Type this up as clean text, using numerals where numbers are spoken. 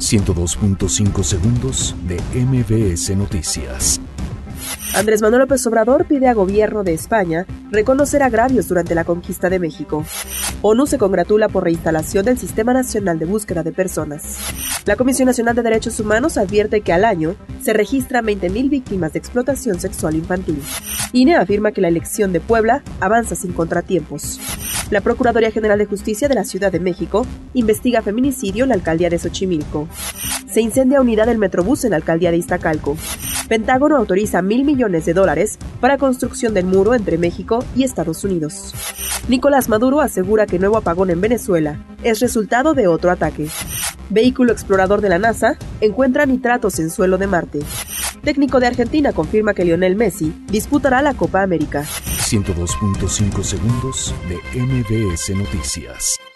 102.5 segundos de MBS Noticias. Andrés Manuel López Obrador pide a gobierno de España reconocer agravios durante la conquista de México. ONU se congratula por reinstalación del Sistema Nacional de Búsqueda de Personas. La Comisión Nacional de Derechos Humanos advierte que al año se registran 20.000 víctimas de explotación sexual infantil. INE afirma que la elección de Puebla avanza sin contratiempos. La Procuraduría General de Justicia de la Ciudad de México investiga feminicidio en la alcaldía de Xochimilco. Se incendia unidad del Metrobús en la alcaldía de Iztacalco. Pentágono autoriza $1.000 millones para construcción del muro entre México y Estados Unidos. Nicolás Maduro asegura que nuevo apagón en Venezuela es resultado de otro ataque. Vehículo explorador de la NASA encuentra nitratos en suelo de Marte. Técnico de Argentina confirma que Lionel Messi disputará la Copa América. 102.5 segundos de MBS Noticias.